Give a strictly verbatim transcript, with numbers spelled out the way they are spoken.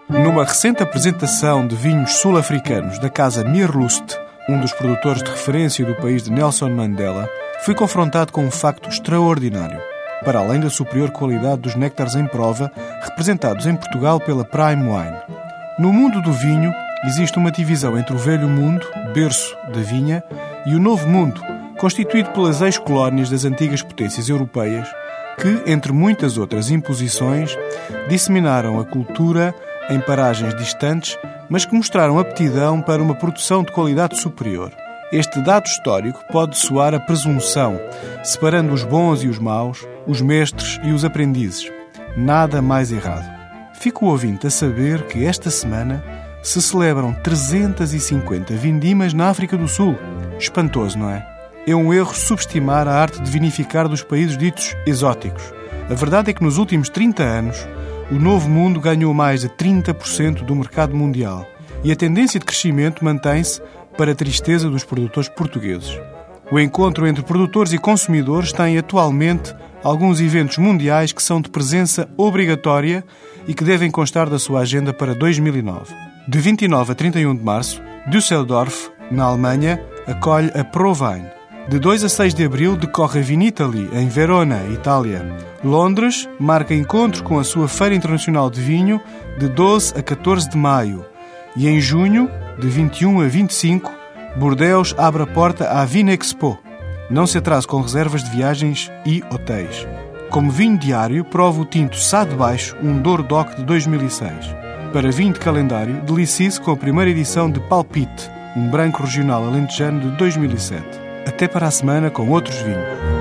Numa recente apresentação de vinhos sul-africanos da casa Meerlust, um dos produtores de referência do país de Nelson Mandela, fui confrontado com um facto extraordinário. Para além da superior qualidade dos néctares em prova, representados em Portugal pela Prime Wine. No mundo do vinho, existe uma divisão entre o velho mundo, berço da vinha, e o novo mundo, constituído pelas ex-colónias das antigas potências europeias, que, entre muitas outras imposições, disseminaram a cultura em paragens distantes, mas que mostraram aptidão para uma produção de qualidade superior. Este dado histórico pode soar a presunção, separando os bons e os maus, os mestres e os aprendizes. Nada mais errado. Fico o ouvinte a saber que esta semana se celebram trezentas e cinquenta vindimas na África do Sul. Espantoso, não é? É um erro subestimar a arte de vinificar dos países ditos exóticos. A verdade é que nos últimos trinta anos, o Novo Mundo ganhou mais de trinta por cento do mercado mundial e a tendência de crescimento mantém-se para a tristeza dos produtores portugueses. O encontro entre produtores e consumidores tem atualmente alguns eventos mundiais que são de presença obrigatória e que devem constar da sua agenda para dois mil e nove. De vinte e nove a trinta e um de março, Düsseldorf, na Alemanha, acolhe a ProWein. De dois a seis de abril decorre a Vinitaly, em Verona, Itália. Londres marca encontro com a sua Feira Internacional de Vinho de doze a catorze de maio. E em junho, de vinte e um a vinte e cinco, Bordeaux abre a porta à Vinexpo. Não se atrase com reservas de viagens e hotéis. Como vinho diário, prova o tinto Sá de Baixo, um Douro DOC de dois mil e seis. Para vinho de calendário, delicie-se com a primeira edição de Palpite, um branco regional alentejano de dois mil e sete. Até para a semana com outros vinhos.